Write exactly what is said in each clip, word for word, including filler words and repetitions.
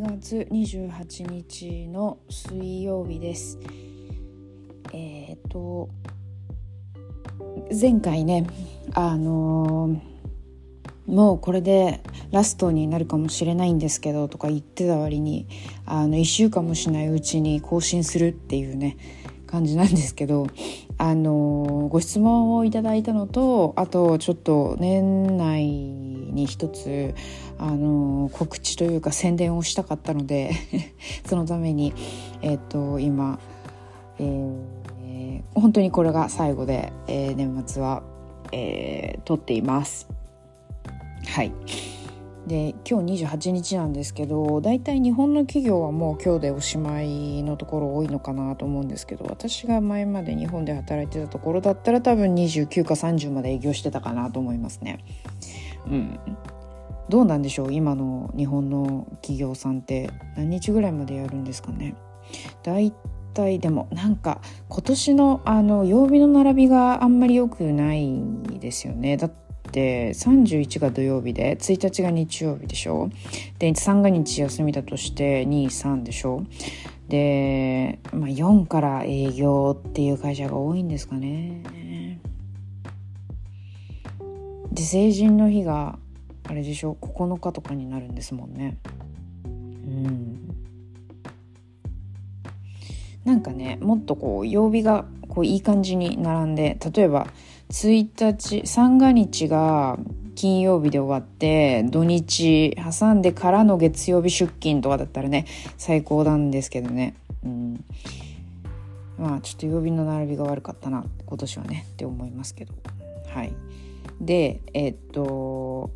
がつにじゅうはちにちの水曜日です。えっと前回ねあのー、もうこれでラストになるかもしれないんですけどとか言ってた割にあのいっしゅうかんもしないうちに更新するっていうね感じなんですけど、あのー、ご質問をいただいたのと、あとちょっと年内に一つあのー、告知というか宣伝をしたかったのでそのためにえっと今、えー、本当にこれが最後で、えー、年末は、えー、撮っています。はい。で今日にじゅうはちにちなんですけど、だいたい日本の企業はもう今日でおしまいのところ多いのかなと思うんですけど、私が前まで日本で働いてたところだったら多分にじゅうくかさんじゅうまで営業してたかなと思いますね。うん、どうなんでしょう、今の日本の企業さんって何日ぐらいまでやるんですかね。だいたいでもなんか今年のあの曜日の並びがあんまり良くないですよね。だってでさんじゅういちが土曜日でついたちが日曜日でしょ。でさんが日休みだとしてに、さんでしょ。で、まあ、よんから営業っていう会社が多いんですかね。で成人の日があれでしょ、ここのかとかになるんですもんね。うんなんかね、もっとこう曜日がこういい感じに並んで、例えばついたち三が日が金曜日で終わって土日挟んでからの月曜日出勤とかだったらね最高なんですけどね、うん、まあちょっと曜日の並びが悪かったな今年はねって思いますけど、はい。でえー、っと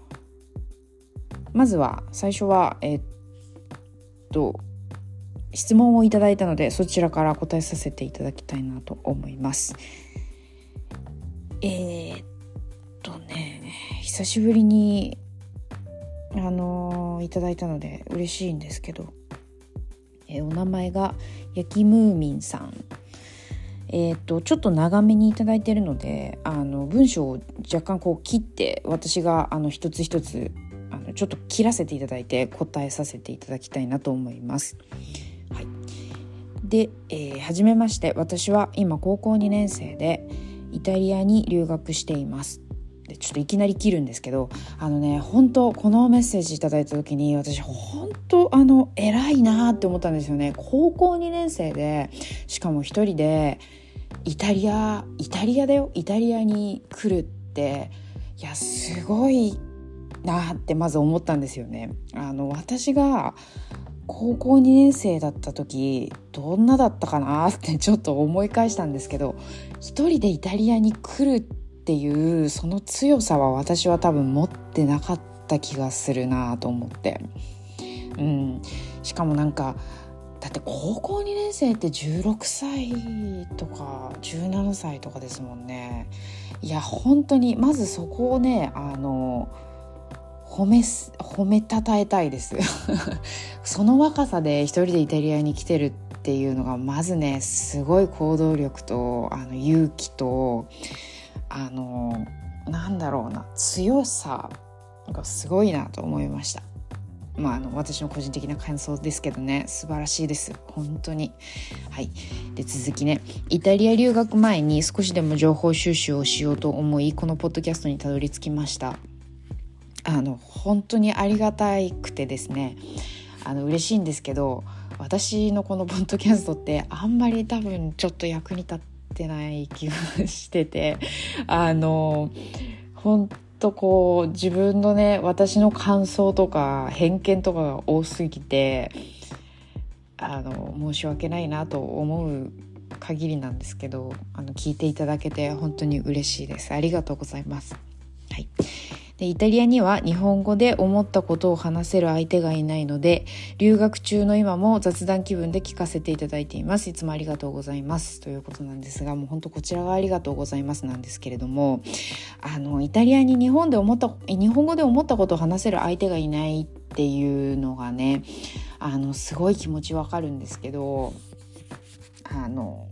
まずは最初はえー、っと質問をいただいたのでそちらから答えさせていただきたいなと思います。えー、っとね久しぶりにあのー、いただいたので嬉しいんですけど、えー、お名前がやきムーミンさん。えー、っとちょっと長めにいただいているのであの文章を若干こう切って私があの一つ一つあのちょっと切らせていただいて答えさせていただきたいなと思います。はい。で、えー、はじめまして。私は今高校にねん生でイタリアに留学しています。でちょっといきなり切るんですけど、あのね本当このメッセージいただいた時に私本当あの偉いなって思ったんですよね。高校にねん生でしかも一人でイタリアイタリアだよイタリアに来るっていやすごいなってまず思ったんですよね。あの私が高校にねん生だった時どんなだったかなってちょっと思い返したんですけど、一人でイタリアに来るっていうその強さは私は多分持ってなかった気がするなと思って、うん、しかもなんかだって高校にねん生ってじゅうろくさいとかじゅうななさいとかですもんね。いや本当にまずそこをねあの褒め褒めたたえたいですその若さで一人でイタリアに来てるっていうのがまずねすごい行動力とあの勇気とあのなんだろうな強さがすごいなと思いました。まあ、あの私の個人的な感想ですけどね、素晴らしいです本当に。はい。で続きね、イタリア留学前に少しでも情報収集をしようと思いこのポッドキャストにたどり着きました。あの本当にありがたくてですね、あの嬉しいんですけど、私のこのポッドキャストってあんまり多分ちょっと役に立ってない気がしてて、あの本当こう自分のね私の感想とか偏見とかが多すぎてあの申し訳ないなと思う限りなんですけど、あの聞いていただけて本当に嬉しいです。ありがとうございます。はい。でイタリアには日本語で思ったことを話せる相手がいないので留学中の今も雑談気分で聞かせていただいています。いつもありがとうございますということなんですが、もう本当こちらがありがとうございますなんですけれども、あのイタリアに日本で思った日本語で思ったことを話せる相手がいないっていうのがね、あのすごい気持ちわかるんですけど、あの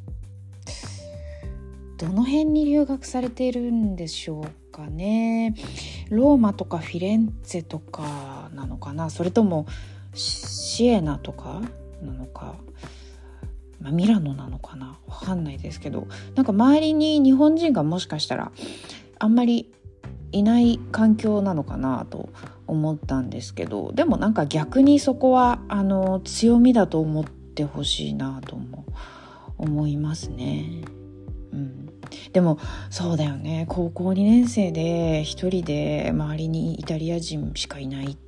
どの辺に留学されているんでしょうかね。ローマとかフィレンツェとかなのかな、それともシエナとかなのか、まあ、ミラノなのかな、わかんないですけど、なんか周りに日本人がもしかしたらあんまりいない環境なのかなと思ったんですけど、でもなんか逆にそこはあの強みだと思ってほしいなとも思いますね。うん、でもそうだよね、高校にねん生で一人で周りにイタリア人しかいないって、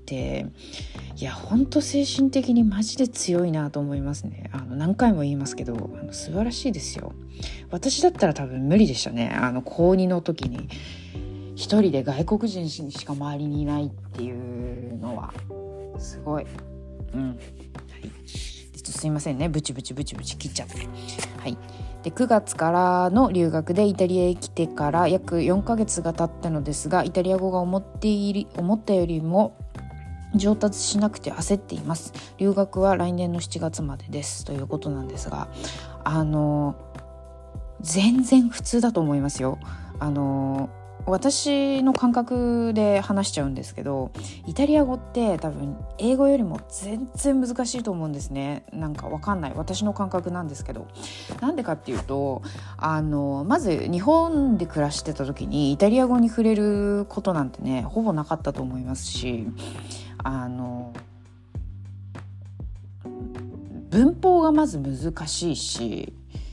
いやほんと精神的にマジで強いなと思いますね。あの何回も言いますけど、あの素晴らしいですよ。私だったら多分無理でしたね。あの高にの時に一人で外国人しか周りにいないっていうのはすごい。うん、はい、すいませんね、ブチブチブチブチ切っちゃって。はい。でくがつからの留学でイタリアへ来てから約よんかげつが経ったのですが、イタリア語が思っている思ったよりも上達しなくて焦っています。留学は来年のしちがつまでですということなんですが、あの全然普通だと思いますよ。あの私の感覚で話しちゃうんですけど、イタリア語って多分英語よりも全然難しいと思うんですね。なんかわかんない、私の感覚なんですけど、なんでかっていうと、あのまず日本で暮らしてた時にイタリア語に触れることなんてねほぼなかったと思いますし、あの文法がまず難しいし、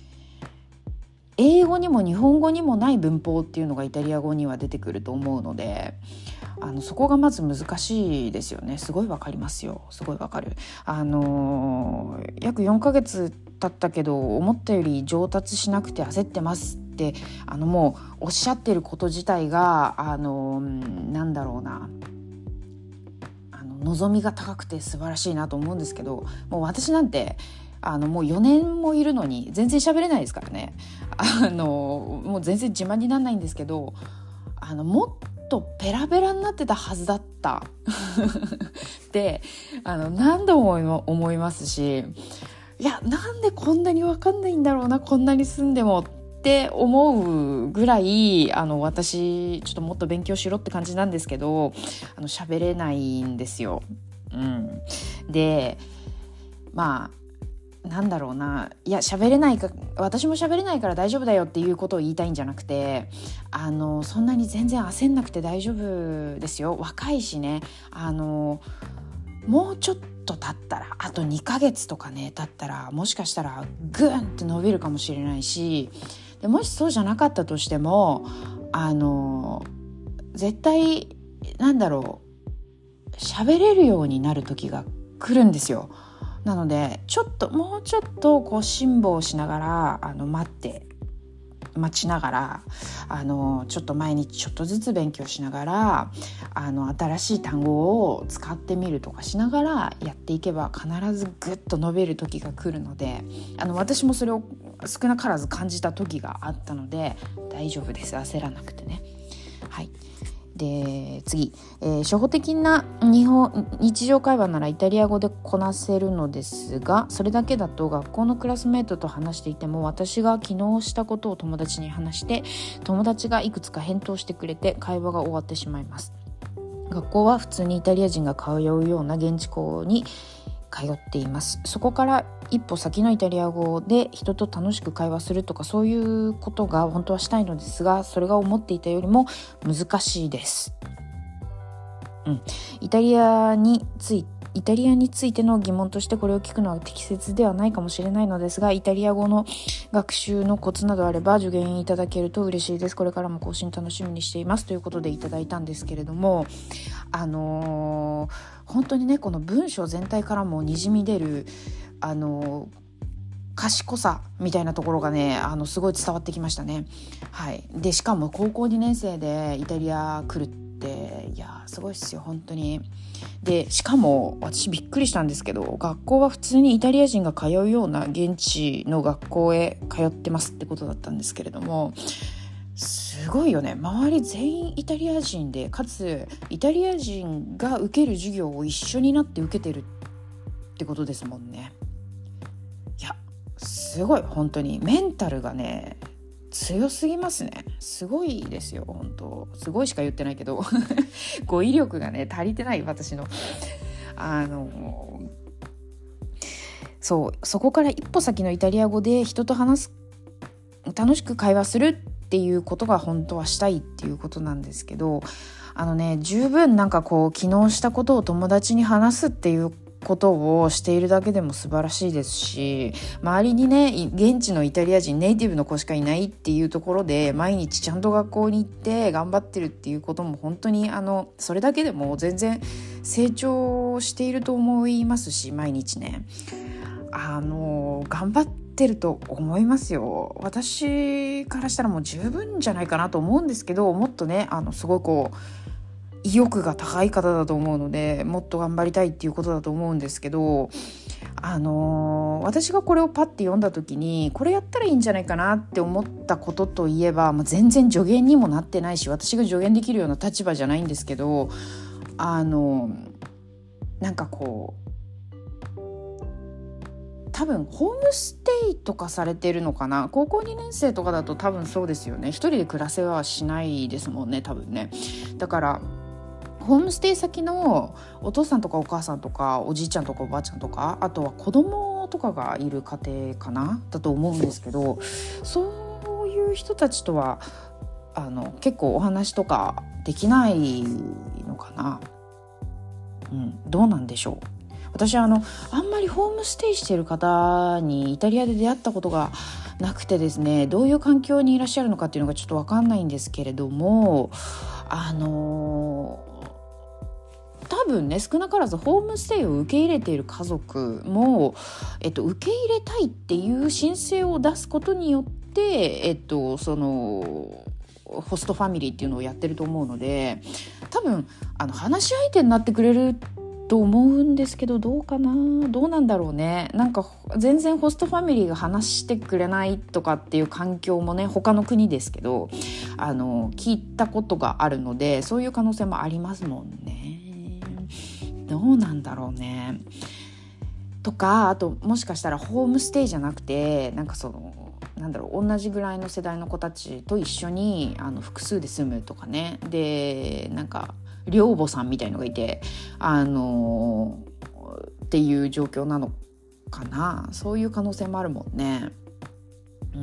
英語にも日本語にもない文法っていうのがイタリア語には出てくると思うので、あのそこがまず難しいですよね。すごいわかりますよ、すごいわかる。あの約よんかげつ経ったけど思ったより上達しなくて焦ってますって、あのもうおっしゃってること自体があのなんだろうな、あの望みが高くて素晴らしいなと思うんですけど、もう私なんてあのもうよねんもいるのに全然喋れないですからね。あのもう全然自慢にならないんですけど、あのもっとペラペラになってたはずだったってあの何度も思いますし、いやなんでこんなに分かんないんだろうな、こんなに住んでもって思うぐらい、あの私ちょっともっと勉強しろって感じなんですけど、あの喋れないんですよ。うん、でまあなんだろうな、いや喋れないか、私も喋れないから大丈夫だよっていうことを言いたいんじゃなくて、あのそんなに全然焦んなくて大丈夫ですよ。若いしね、あのもうちょっと経ったら、あとにかげつとかね経ったら、もしかしたらグーンって伸びるかもしれないし、でもしそうじゃなかったとしても、あの絶対なんだろう、喋れるようになる時が来るんですよ。なのでちょっともうちょっとこう辛抱しながら、あの待って待ちながら、あのちょっと毎日ちょっとずつ勉強しながら、あの新しい単語を使ってみるとかしながらやっていけば必ずグッと伸びる時が来るので、あの私もそれを少なからず感じた時があったので大丈夫です、焦らなくてね。はい。で次、えー、初歩的な日本日常会話ならイタリア語でこなせるのですが、それだけだと学校のクラスメートと話していても、私が昨日したことを友達に話して、友達がいくつか返答してくれて会話が終わってしまいます。学校は普通にイタリア人が通うような現地校に通っています。そこから一歩先のイタリア語で人と楽しく会話するとか、そういうことが本当はしたいのですが、それが思っていたよりも難しいです。うん、イタリアについてイタリアについての疑問としてこれを聞くのは適切ではないかもしれないのですが、イタリア語の学習のコツなどあれば助言いただけると嬉しいです。これからも更新楽しみにしていますということでいただいたんですけれども、あのー、本当にね、この文章全体からもにじみ出るあのー賢さみたいなところがね、あのすごい伝わってきましたね。はい。でしかも高校にねん生でイタリア来るって、いやすごいっすよ本当に。でしかも私びっくりしたんですけど、学校は普通にイタリア人が通うような現地の学校へ通ってますってことだったんですけれども、すごいよね。周り全員イタリア人で、かつイタリア人が受ける授業を一緒になって受けてるってことですもんね。いやすごい、本当にメンタルがね強すぎますね。すごいですよ本当。すごいしか言ってないけど語彙力がね足りてない私の。 あのそうそこから一歩先のイタリア語で人と話す、楽しく会話するっていうことが本当はしたいっていうことなんですけど、あのね十分なんかこう昨日したことを友達に話すっていうことをしているだけでも素晴らしいですし、周りにね現地のイタリア人ネイティブの子しかいないっていうところで毎日ちゃんと学校に行って頑張ってるっていうことも本当にあのそれだけでも全然成長していると思いますし、毎日ねあの頑張ってると思いますよ。私からしたらもう十分じゃないかなと思うんですけど、もっとねあのすごいこう意欲が高い方だと思うのでもっと頑張りたいっていうことだと思うんですけど、あのー、私がこれをパッて読んだ時にこれやったらいいんじゃないかなって思ったことといえば、まあ、全然助言にもなってないし私が助言できるような立場じゃないんですけど、あのー、なんかこう多分ホームステイとかされてるのかな、高校にねん生とかだと多分そうですよね。一人で暮らせはしないですもんね多分ね。だからホームステイ先のお父さんとかお母さんとかおじいちゃんとかおばあちゃんとか、あとは子供とかがいる家庭かなだと思うんですけど、そういう人たちとはあの結構お話とかできないのかな、うん、どうなんでしょう。私はあのあんまりホームステイしている方にイタリアで出会ったことがなくてですね、どういう環境にいらっしゃるのかっていうのがちょっと分かんないんですけれども、あの多分ね少なからずホームステイを受け入れている家族も、えっと、受け入れたいっていう申請を出すことによって、えっと、そのホストファミリーっていうのをやってると思うので、多分あの話し相手になってくれると思うんですけど、どうかな、どうなんだろうね。なんか全然ホストファミリーが話してくれないとかっていう環境もね他の国ですけどあの聞いたことがあるので、そういう可能性もありますもんね。どうなんだろうね。とかあともしかしたらホームステイじゃなくてなんかそのなんだろう同じぐらいの世代の子たちと一緒にあの複数で住むとかね。でなんか寮母さんみたいのがいてあのー、っていう状況なのかな。そういう可能性もあるもんね。うん。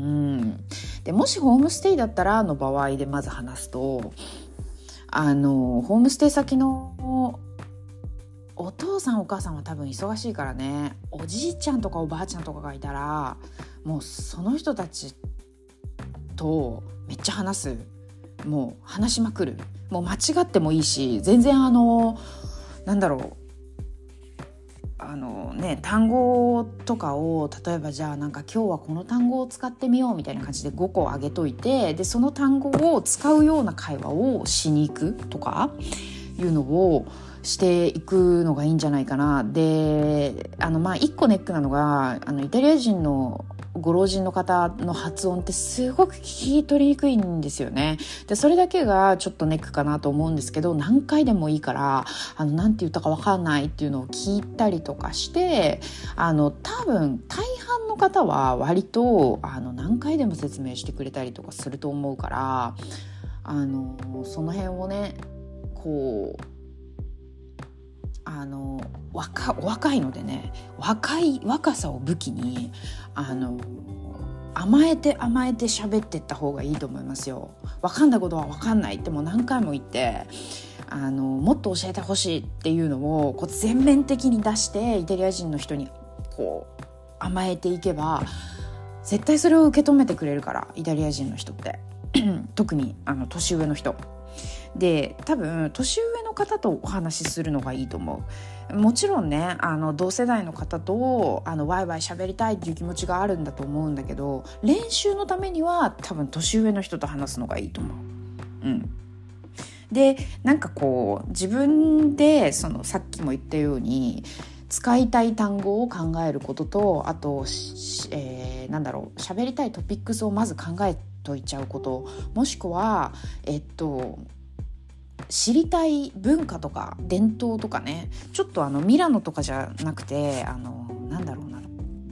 でもしホームステイだったらの場合でまず話すと、あのー、ホームステイ先のお父さんお母さんは多分忙しいからね、おじいちゃんとかおばあちゃんとかがいたらもうその人たちとめっちゃ話す、もう話しまくる、もう間違ってもいいし全然あのなんだろうあのね単語とかを例えばじゃあなんか今日はこの単語を使ってみようみたいな感じでごこあげといて、でその単語を使うような会話をしに行くとかいうのをしていくのがいいんじゃないかな。であのまあ一個ネックなのがあのイタリア人のご老人の方の発音ってすごく聞き取りにくいんですよね。でそれだけがちょっとネックかなと思うんですけど、何回でもいいからあのなんて言ったか分かんないっていうのを聞いたりとかして、あの多分大半の方は割とあの何回でも説明してくれたりとかすると思うから、あのその辺をねこうあの 若, 若いのでね若い若さを武器にあの甘えて甘えて喋っていった方がいいと思いますよ。分かんないことは分かんないってもう何回も言ってあのもっと教えてほしいっていうのをこう全面的に出してイタリア人の人にこう甘えていけば絶対それを受け止めてくれるから、イタリア人の人って特にあの年上の人で多分年上の方とお話しするのがいいと思う。もちろんねあの同世代の方とあのワイワイ喋りたいっていう気持ちがあるんだと思うんだけど、練習のためには多分年上の人と話すのがいいと思う。うんでなんかこう自分でそのさっきも言ったように使いたい単語を考えることと、あと、えー、なんだろう喋りたいトピックスをまず考えといちゃうこと、もしくはえっと知りたい文化とか伝統とかね、ちょっとあのミラノとかじゃなくてあのなんだろうな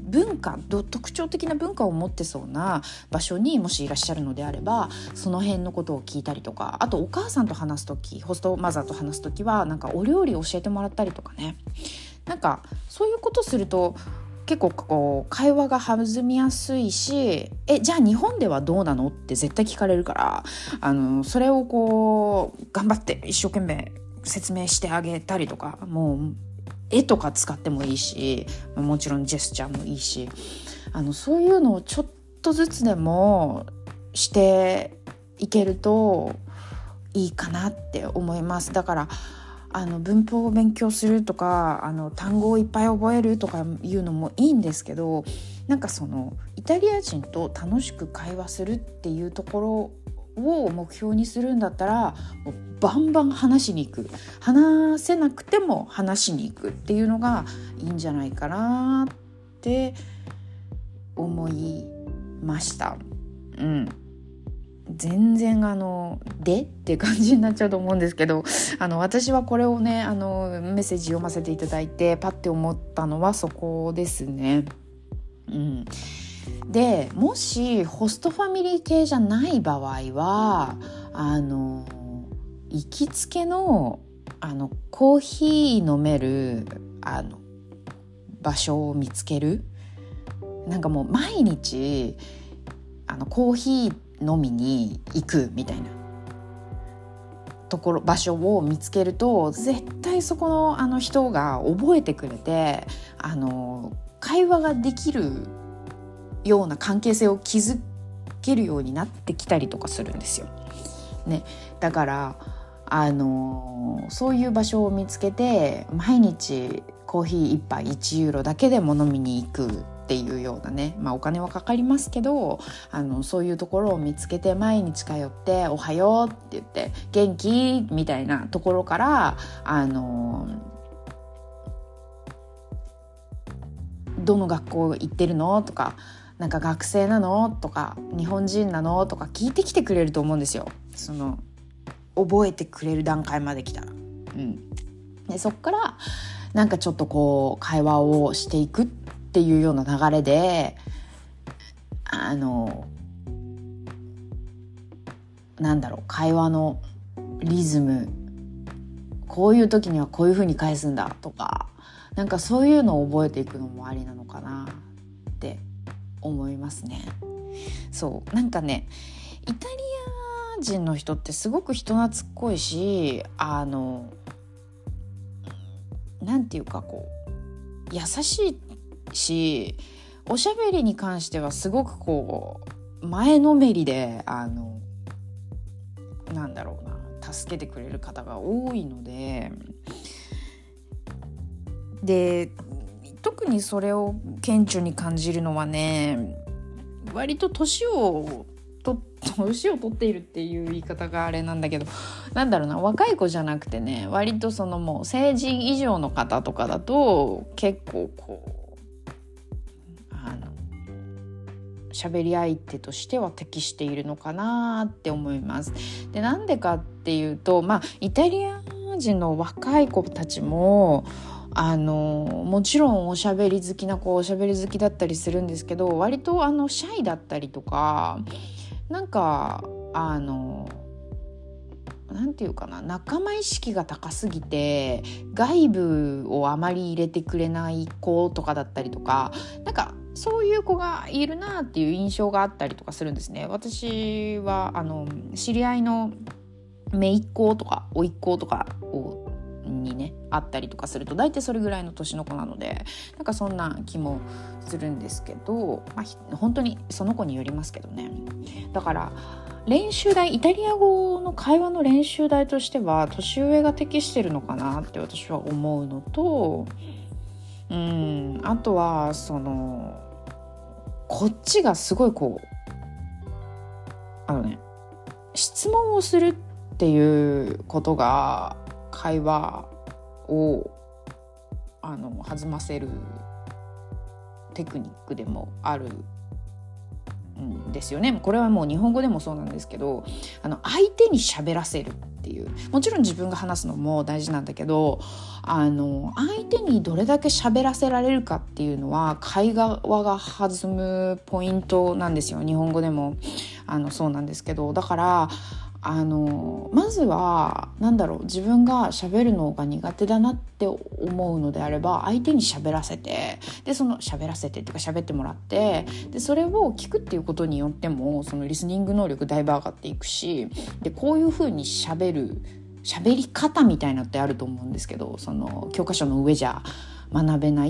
文化特徴的な文化を持ってそうな場所にもしいらっしゃるのであれば、その辺のことを聞いたりとか、あとお母さんと話すとき、ホストマザーと話すときはなんかお料理を教えてもらったりとかね、なんかそういうことすると結構こう会話が弾みやすいし、えじゃあ日本ではどうなのって絶対聞かれるから、あのそれをこう頑張って一生懸命説明してあげたりとか、もう絵とか使ってもいいし、もちろんジェスチャーもいいし、あのそういうのをちょっとずつでもしていけるといいかなって思います。だからあの文法を勉強するとか、あの単語をいっぱい覚えるとかいうのもいいんですけど、なんかそのイタリア人と楽しく会話するっていうところを目標にするんだったら、もうバンバン話しに行く、話せなくても話しに行くっていうのがいいんじゃないかなって思いました。うん、全然あのでっていう感じになっちゃうと思うんですけど、あの私はこれをね、あのメッセージ読ませていただいてパッて思ったのはそこですね。うん、でもしホストファミリー系じゃない場合は、あの行きつけのあのコーヒー飲めるあの場所を見つける。なんかもう毎日あのコーヒー飲みに行くみたいなところ、場所を見つけると絶対そこのあの人が覚えてくれて、あの会話ができるような関係性を築けるようになってきたりとかするんですよ、ね、だからあのそういう場所を見つけて毎日コーヒーいっぱいいちユーロだけでも飲みに行くっていうようなね、まあお金はかかりますけど、あのそういうところを見つけて毎日通っておはようって言って元気みたいなところから、あのどの学校行ってるのとか、なんか学生なのとか日本人なのとか聞いてきてくれると思うんですよ。その覚えてくれる段階まで来たら、うん、でそっからなんかちょっとこう会話をしていくっていうような流れで、あのなんだろう、会話のリズム、こういう時にはこういう風に返すんだとか、なんかそういうのを覚えていくのもありなのかなって思いますね。そうなんかね、イタリア人の人ってすごく人懐っこいし、あのなんていうかこう優しいし、おしゃべりに関してはすごくこう前のめりで、あのなんだろうな、助けてくれる方が多いので、で特にそれを顕著に感じるのはね、割と年をと年を取っているっていう言い方があれなんだけど、なんだろうな、若い子じゃなくてね、割とそのもう成人以上の方とかだと結構こうあの喋り相手としては適しているのかなって思います。でなんでかっていうと、まあイタリア人の若い子たちもあのもちろんおしゃべり好きな子おしゃべり好きだったりするんですけど、割とあのシャイだったりとか、なんかあのなんていうかな、仲間意識が高すぎて外部をあまり入れてくれない子とかだったりとか、なんかそういう子がいるなっていう印象があったりとかするんですね。私はあの知り合いの姪っ子とか甥っ子とかをにねあったりとかすると、大体それぐらいの年の子なので、なんかそんな気もするんですけど、まあ、本当にその子によりますけどね。だから練習台、イタリア語の会話の練習台としては年上が適してるのかなって私は思うのと、うん、あとはそのこっちがすごいこうあのね質問をするっていうことが会話をあの弾ませるテクニックでもあるんですよね。これはもう日本語でもそうなんですけど、あの相手に喋らせるっていう、もちろん自分が話すのも大事なんだけど、あの相手にどれだけ喋らせられるかっていうのは会話が弾むポイントなんですよ。日本語でもあのそうなんですけど、だからあのまずはなんだろう、自分が喋るのが苦手だなって思うのであれば、相手に喋らせて、でその喋らせてっていうか喋ってもらって、でそれを聞くっていうことによってもそのリスニング能力だいぶ上がっていくし、でこういうふうに喋る喋り方みたいなのってあると思うんですけど、その教科書の上じゃ学べない、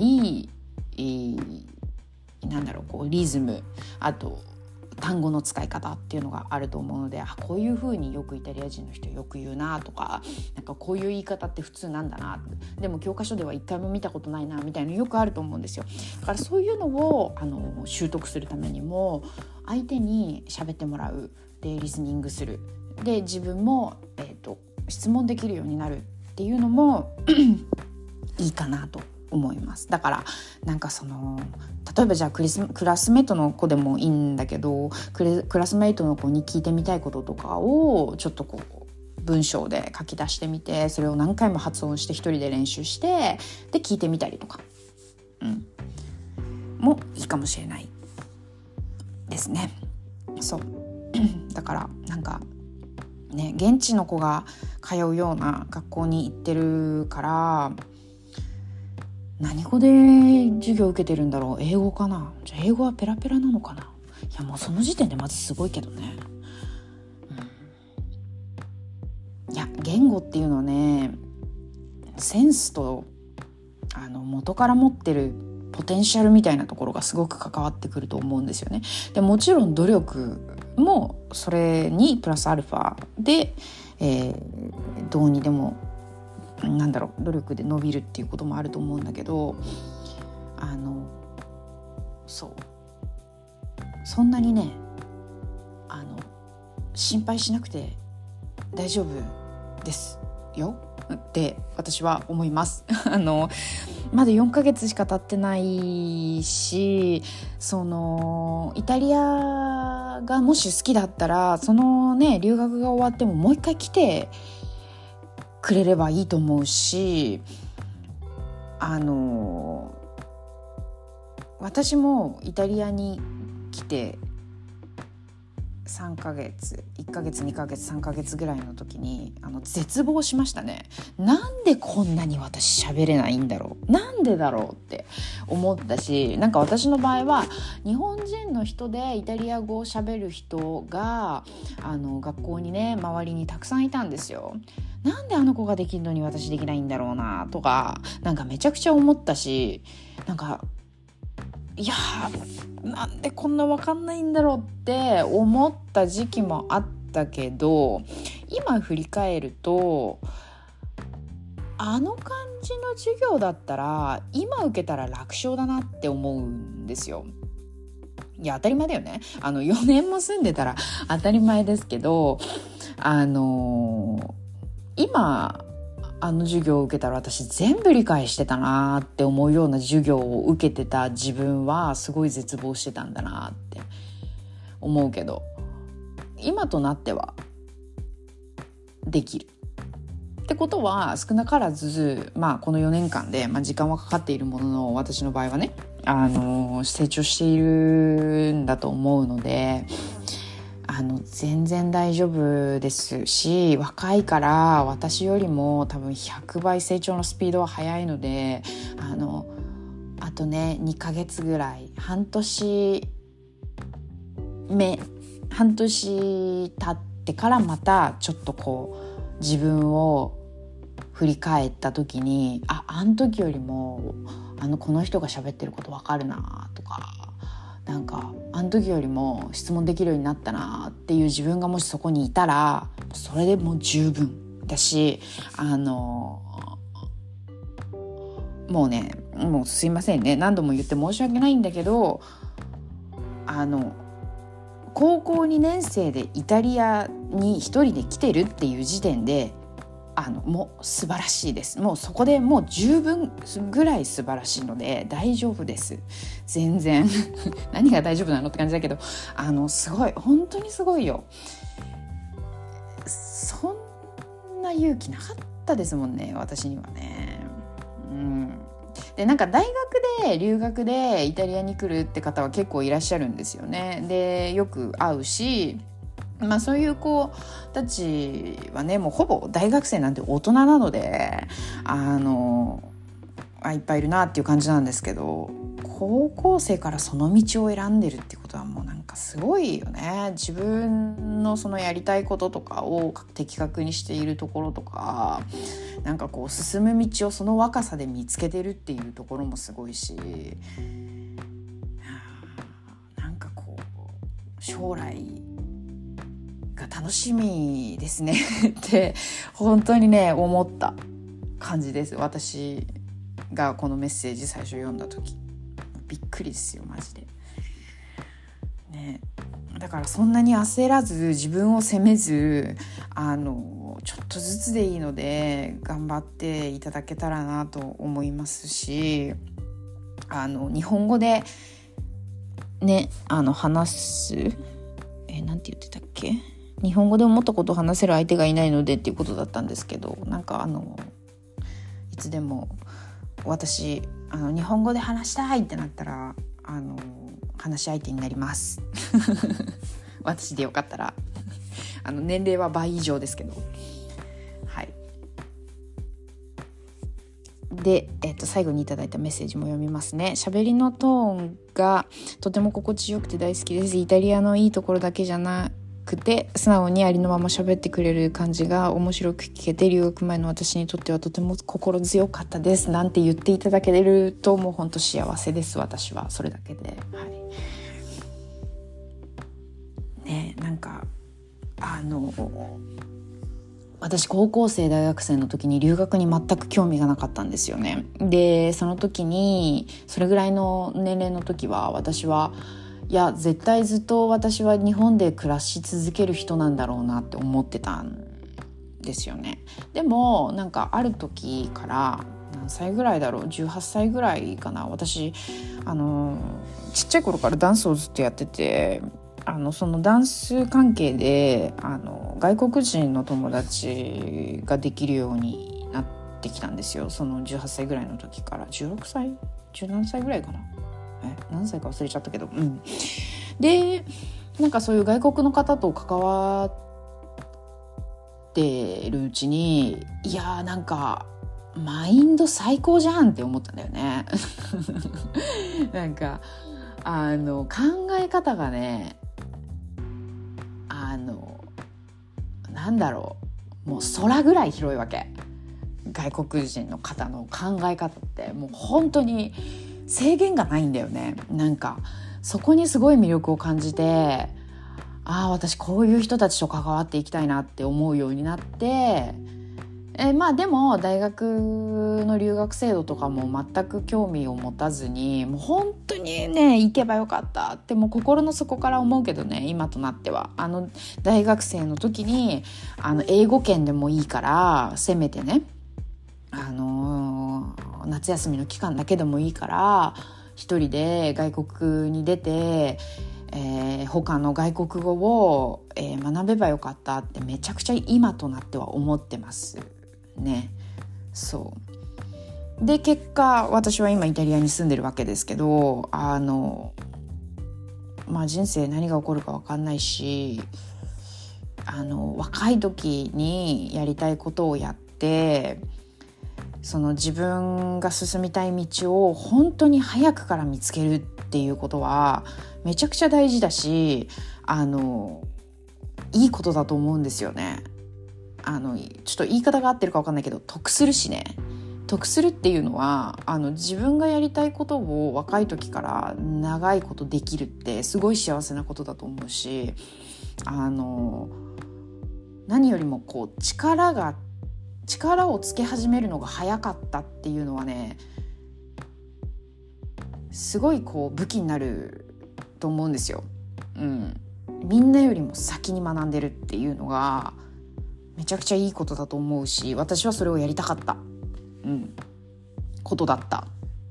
えー、なんだろうこうリズム、あと単語の使い方っていうのがあると思うので、あこういう風によくイタリア人の人よく言うなとか、なんかこういう言い方って普通なんだな、でも教科書では一回も見たことないなみたいなのよくあると思うんですよ。だからそういうのをあの習得するためにも、相手に喋ってもらう、でリスニングする、で自分も、えーと、質問できるようになるっていうのもいいかなと思います。だからなんかその例えばじゃあクリスクラスメートの子でもいいんだけど、クレクラスメートの子に聞いてみたいこととかをちょっとこう文章で書き出してみて、それを何回も発音して一人で練習して、で聞いてみたりとか、うん、もいいかもしれないですね。そうだからなんかね、現地の子が通うような学校に行ってるから、何語で授業を受けてるんだろう。英語かな。じゃあ英語はペラペラなのかな。いやもうその時点でまずすごいけどね、うん、いや言語っていうのはね、センスとあの元から持ってるポテンシャルみたいなところがすごく関わってくると思うんですよね。でもちろん努力もそれにプラスアルファで、えー、どうにでもなんだろう努力で伸びるっていうこともあると思うんだけど、あのそうそんなにねあの心配しなくて大丈夫ですよって私は思いますあのまだよんかげつしか経ってないし、そのイタリアがもし好きだったら、そのね留学が終わってももう一回来てくれればいいと思うし、あの私もイタリアに来てさんかげついっかげつにかげつさんかげつぐらいの時にあの絶望しましたね。なんでこんなに私喋れないんだろう、なんでだろうって思ったし、なんか私の場合は日本人の人でイタリア語を喋る人があの学校にね周りにたくさんいたんですよ。なんであの子ができるのに私できないんだろうなとか、なんかめちゃくちゃ思ったし、なんかいやなんでこんな分かんないんだろうって思った時期もあったけど、今振り返るとあの感じの授業だったら今受けたら楽勝だなって思うんですよ。いや当たり前だよね、あのよねんも住んでたら当たり前ですけど、あの今あの授業を受けたら私全部理解してたなって思うような授業を受けてた自分はすごい絶望してたんだなって思うけど、今となってはできるってことは少なからず、まあ、このよねんかんで、まあ、時間はかかっているものの、私の場合はね、あの成長しているんだと思うので、あの全然大丈夫ですし、若いから私よりも多分ひゃくばい成長のスピードは速いので、あのあとねにかげつぐらい、半年目半年経ってからまたちょっとこう自分を振り返った時に、ああの時よりもあのこの人が喋ってること分かるなとか、なんかあの時よりも質問できるようになったなっていう自分がもしそこにいたら、それでもう十分だし、あのもうねもうすいませんね、何度も言って申し訳ないんだけど、あの高校にねん生でイタリアに一人で来てるっていう時点であのもう素晴らしいです。もうそこでもう十分ぐらい素晴らしいので大丈夫です。全然何が大丈夫なのって感じだけど、あのすごい本当にすごいよ。そんな勇気なかったですもんね、私にはね。うん。でなんか大学で留学でイタリアに来るって方は結構いらっしゃるんですよね。でよく会うし、まあ、そういう子たちはねもうほぼ大学生なんて大人なのであのあいっぱいいるなっていう感じなんですけど、高校生からその道を選んでるってことはもうなんかすごいよね。自分のそのやりたいこととかを的確にしているところとか、なんかこう進む道をその若さで見つけてるっていうところもすごいし、なんかこう将来が楽しみですねって本当にね思った感じです。私がこのメッセージ最初読んだ時びっくりですよマジで、ね、だからそんなに焦らず自分を責めず、あのちょっとずつでいいので頑張っていただけたらなと思いますし、あの日本語でねあの話すえなんて言ってたっけ、日本語で思ったことを話せる相手がいないのでっていうことだったんですけど、なんかあのいつでも私あの日本語で話したいってなったらあの話し相手になります私でよかったらあの年齢は倍以上ですけど、はい。で、えっと、最後にいただいたメッセージも読みますね。喋りのトーンがとても心地よくて大好きです。イタリアのいいところだけじゃなくて素直にありのまま喋ってくれる感じが面白く聞けて、留学前の私にとってはとても心強かったですなんて言っていただけるともう本当幸せです。私はそれだけで、はいね、なんかあの私高校生大学生の時に留学に全く興味がなかったんですよね。でその時にそれぐらいの年齢の時は私はいや絶対ずっと私は日本で暮らし続ける人なんだろうなって思ってたんですよね。でもなんかある時から何歳ぐらいだろうじゅうはっさいぐらいかな、私あのちっちゃい頃からダンスをずっとやってて、あのそのダンス関係であの外国人の友達ができるようになってきたんですよ。そのじゅうはっさいぐらいの時からじゅうろくさいじゅうななさいぐらいかな、え何歳か忘れちゃったけど、うん、でなんかそういう外国の方と関わってるうちにいやーなんかマインド最高じゃんって思ったんだよねなんかあの考え方がねあのなんだろうもう空ぐらい広いわけ。外国人の方の考え方ってもう本当に制限がないんだよね。なんかそこにすごい魅力を感じて、ああ私こういう人たちと関わっていきたいなって思うようになって、えまあでも大学の留学制度とかも全く興味を持たずにもう本当にね行けばよかったってもう心の底から思うけどね、今となってはあの大学生の時にあの英語圏でもいいからせめてねあのー、夏休みの期間だけでもいいから一人で外国に出て、えー、他の外国語を、えー、学べばよかったってめちゃくちゃ今となっては思ってますね。そうで結果私は今イタリアに住んでるわけですけど、あのまあ人生何が起こるか分かんないし、あの若い時にやりたいことをやってその自分が進みたい道を本当に早くから見つけるっていうことはめちゃくちゃ大事だし、あのいいことだと思うんですよね。あのちょっと言い方が合ってるか分かんないけど得するしね。得するっていうのはあの自分がやりたいことを若い時から長いことできるってすごい幸せなことだと思うし、あの何よりもこう力が力をつけ始めるのが早かったっていうのはねすごいこう武器になると思うんですよ、うん、みんなよりも先に学んでるっていうのがめちゃくちゃいいことだと思うし、私はそれをやりたかった、うん、ことだった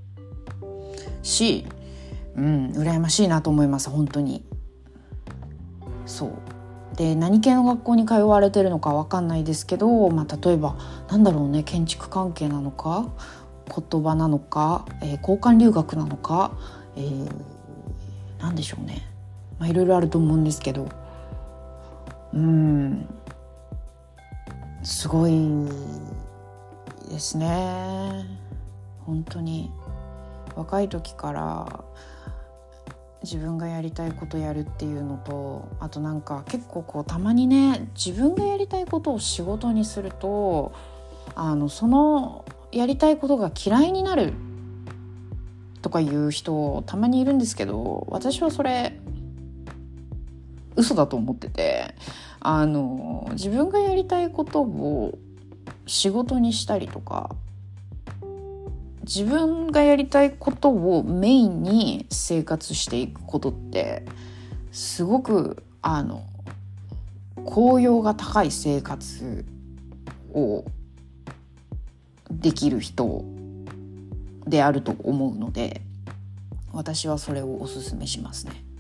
し、うん、羨ましいなと思います。本当に。そうで、何系の学校に通われてるのか分かんないですけど、まあ、例えばなんだろうね、建築関係なのか、言葉なのか、えー、交換留学なのか、えー、なんでしょうね、まあ、いろいろあると思うんですけど、うんすごいですね。本当に若い時から自分がやりたいことやるっていうのと、あとなんか結構こうたまにね、自分がやりたいことを仕事にすると、あのそのやりたいことが嫌いになるとかいう人たまにいるんですけど、私はそれ嘘だと思ってて、あの自分がやりたいことを仕事にしたりとか、自分がやりたいことをメインに生活していくことってすごくあの効用が高い生活をできる人であると思うので、私はそれをおすすめしますね。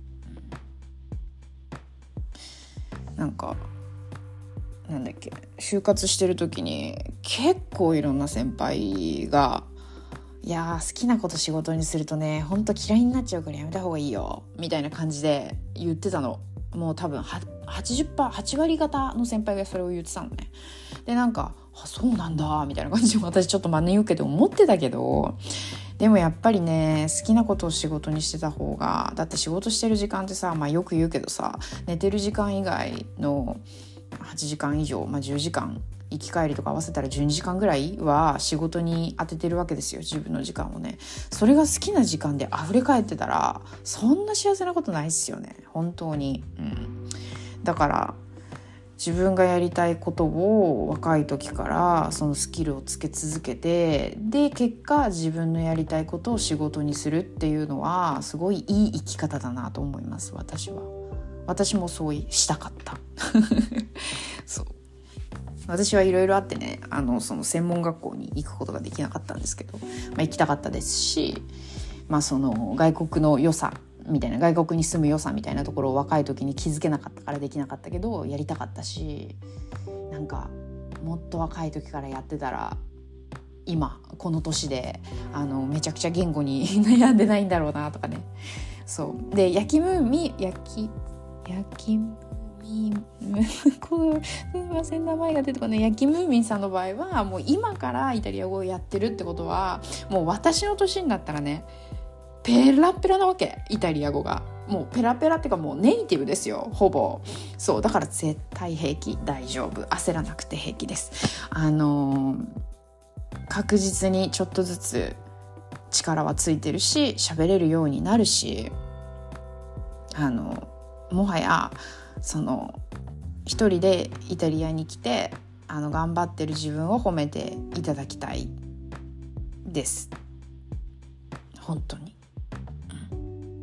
なんかなんだっけ、就活してる時に結構いろんな先輩が、いや好きなこと仕事にするとね、ほんと嫌いになっちゃうからやめた方がいいよみたいな感じで言ってたの。もう多分 はちじゅっパーセント、はち割方の先輩がそれを言ってたのね。でなんか、あそうなんだみたいな感じで私ちょっと真似よけど思ってたけど、でもやっぱりね、好きなことを仕事にしてた方が、だって仕事してる時間ってさ、まあよく言うけどさ、寝てる時間以外のはちじかん以上、まあ、じゅうじかん、行き帰りとか合わせたらじゅうにじかんぐらいは仕事に当ててるわけですよ、自分の時間をね。それが好きな時間で溢れ返ってたら、そんな幸せなことないっすよね、本当に、うん、だから自分がやりたいことを若い時からそのスキルをつけ続けて、で結果自分のやりたいことを仕事にするっていうのはすごいいい生き方だなと思います。私は私もそうしたかったそう私はいろいろあってね、あのその専門学校に行くことができなかったんですけど、まあ、行きたかったですし、まあ、その外国の良さみたいな、外国に住む良さみたいなところを若い時に気づけなかったからできなかったけど、やりたかったし、なんかもっと若い時からやってたら今この年であのめちゃくちゃ言語に悩んでないんだろうなとかね。そうで、焼きムーミン焼き焼きムーミンこうすみません名前が出てこない、焼きムーミンさんの場合はもう今からイタリア語をやってるってことは、もう私の年になったらね、ペラペラなわけ、イタリア語がもうペラペラっていうかもうネイティブですよ、ほぼ。そうだから絶対平気、大丈夫、焦らなくて平気です。あのー、確実にちょっとずつ力はついてるし、喋れるようになるし、あのもはやその一人でイタリアに来てあの頑張ってる自分を褒めていただきたいです本当に、うん、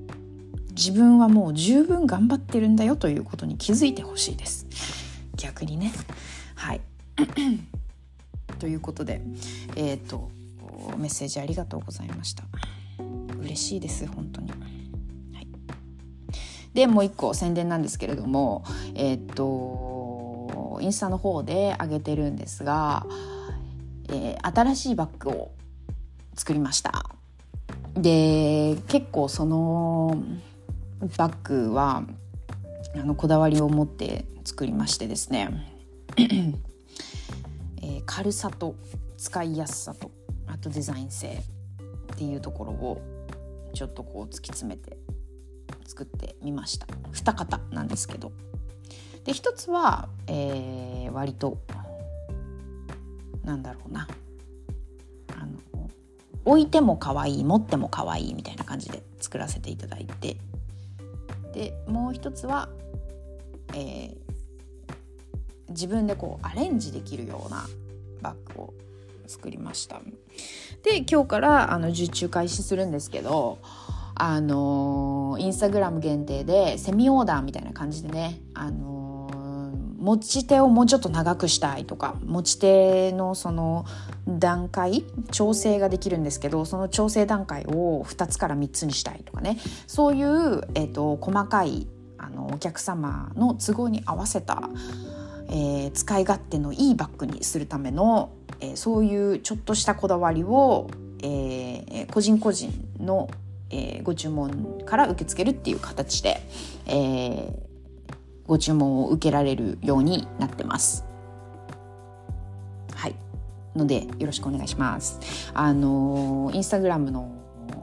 自分はもう十分頑張ってるんだよということに気づいてほしいです、逆にね。はいということで、えーとメッセージありがとうございました。嬉しいです本当に。でもう一個宣伝なんですけれども、えー、っとインスタの方で上げてるんですが、えー、新しいバッグを作りました。で結構そのバッグはあのこだわりを持って作りましてですね、えー、軽さと使いやすさとあとデザイン性っていうところをちょっとこう突き詰めて作ってみました。二型なんですけど、で一つは、えー、割となんだろうな、あの置いても可愛い、持っても可愛いみたいな感じで作らせていただいて、でもう一つは、えー、自分でこうアレンジできるようなバッグを作りました。で今日からあの受注開始するんですけど、あのー、インスタグラム限定でセミオーダーみたいな感じでね、あのー、 持ち手をもうちょっと長くしたいとか、持ち手のその段階調整ができるんですけど、その調整段階をふたつからみっつにしたいとかね、そういう、えーと、細かいあのお客様の都合に合わせた、えー、使い勝手のいいバッグにするための、えー、そういうちょっとしたこだわりを、えー、個人個人の、えー、ご注文から受け付けるっていう形で、えー、ご注文を受けられるようになってます。はい、のでよろしくお願いします。あのインスタグラムの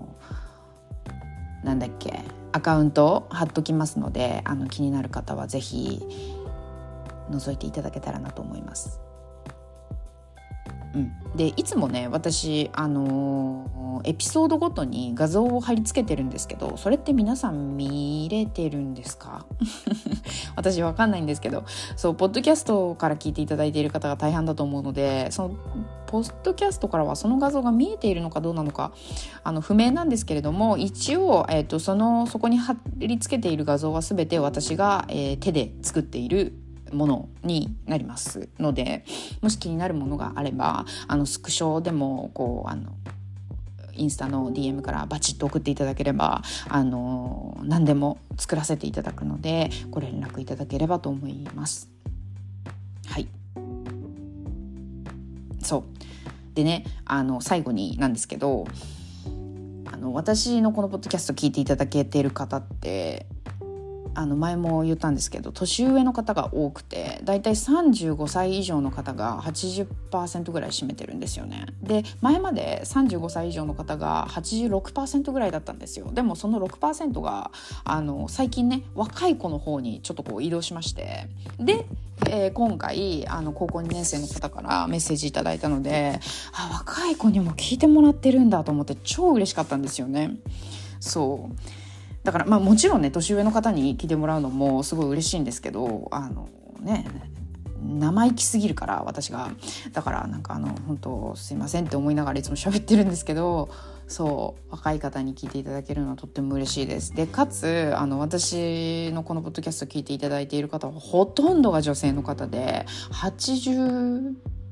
なんだっけアカウント貼っときますので、あの気になる方はぜひ覗いていただけたらなと思います。うん、でいつもね私、あのー、エピソードごとに画像を貼り付けてるんですけど、それって皆さん見れてるんですか？私わかんないんですけど、そうポッドキャストから聞いていただいている方が大半だと思うので、そのポッドキャストからはその画像が見えているのかどうなのかあの不明なんですけれども、一応、えーと、そのそこに貼り付けている画像は全て私が、えー、手で作っているものになりますので、もし気になるものがあればあのスクショでもこうあのインスタの ディーエム からバチッと送っていただければあの何でも作らせていただくのでご連絡いただければと思います。はい、そうでね、あの最後になんですけど、あの私のこのポッドキャスト聞いていただけている方ってあの前も言ったんですけど年上の方が多くて、だいたいさんじゅうごさい以上の方が はちじゅっパーセント ぐらい占めてるんですよね。で前までさんじゅうごさい以上の方が はちじゅうろくパーセント ぐらいだったんですよ。でもその ろくパーセント があの最近ね若い子の方にちょっとこう移動しまして、で、えー、今回あの高校にねん生の方からメッセージいただいたので、あ若い子にも聞いてもらってるんだと思って超嬉しかったんですよね。そうだから、まあ、もちろんね年上の方に聞いてもらうのもすごい嬉しいんですけど、あのね生意気すぎるから私がだからなんかあの本当すいませんって思いながらいつも喋ってるんですけど、そう若い方に聞いていただけるのはとっても嬉しいです。でかつあの私のこのポッドキャスト聞いていただいている方はほとんどが女性の方ではちじゅう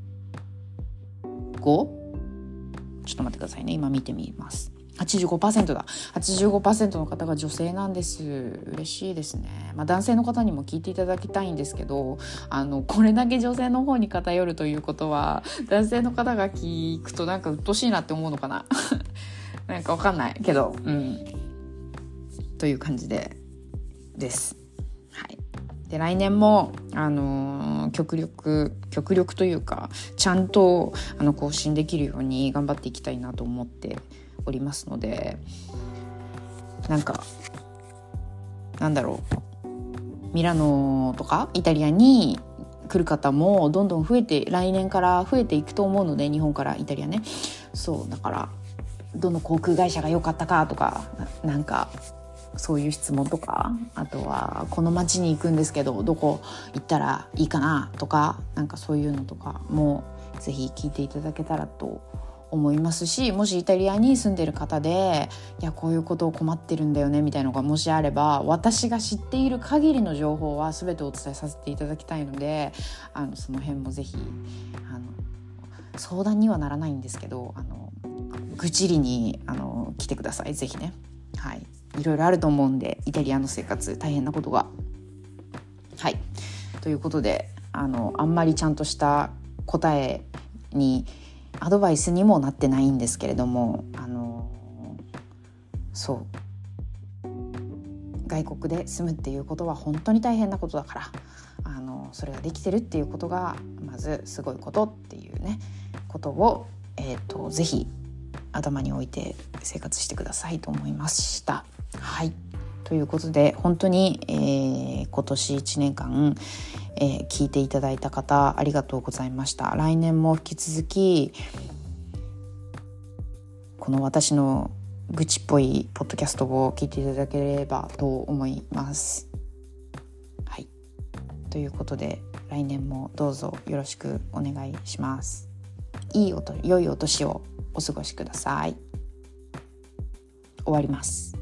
ご？ ちょっと待ってくださいね、今見てみます。はちじゅうごパーセント だ はちじゅうごパーセント の方が女性なんです。嬉しいですね。まあ、男性の方にも聞いていただきたいんですけど、あのこれだけ女性の方に偏るということは男性の方が聞くとなんか鬱陶しいなって思うのかななんかわかんないけど、うんという感じでです。はい。で来年もあのー、極力極力というかちゃんとあの更新できるように頑張っていきたいなと思っておりますので、なんかなんだろうミラノとかイタリアに来る方もどんどん増えて来年から増えていくと思うので、日本からイタリアね、そうだからどの航空会社が良かったかとか な, なんかそういう質問とか、あとはこの街に行くんですけどどこ行ったらいいかなとか、なんかそういうのとかもぜひ聞いていただけたらと思いますし、もしイタリアに住んでる方でいやこういうことを困ってるんだよねみたいなのがもしあれば、私が知っている限りの情報は全てお伝えさせていただきたいので、あのその辺もぜひあの相談にはならないんですけど、あの愚痴りにあの来てくださいぜひね。はい、いろいろあると思うんでイタリアの生活大変なことが。はいということで あのあんまりちゃんとした答えにアドバイスにもなってないんですけれども、あのそう外国で住むっていうことは本当に大変なことだから、あのそれができてるっていうことがまずすごいことっていうねことを、えーと、ぜひ頭に置いて生活してくださいと思いました。はいということで本当に、えー、今年いちねんかん、えー、聞いていただいた方ありがとうございました。来年も引き続きこの私の愚痴っぽいポッドキャストを聞いていただければと思います。はいということで来年もどうぞよろしくお願いします。いいおと良いお年をお過ごしください。終わります。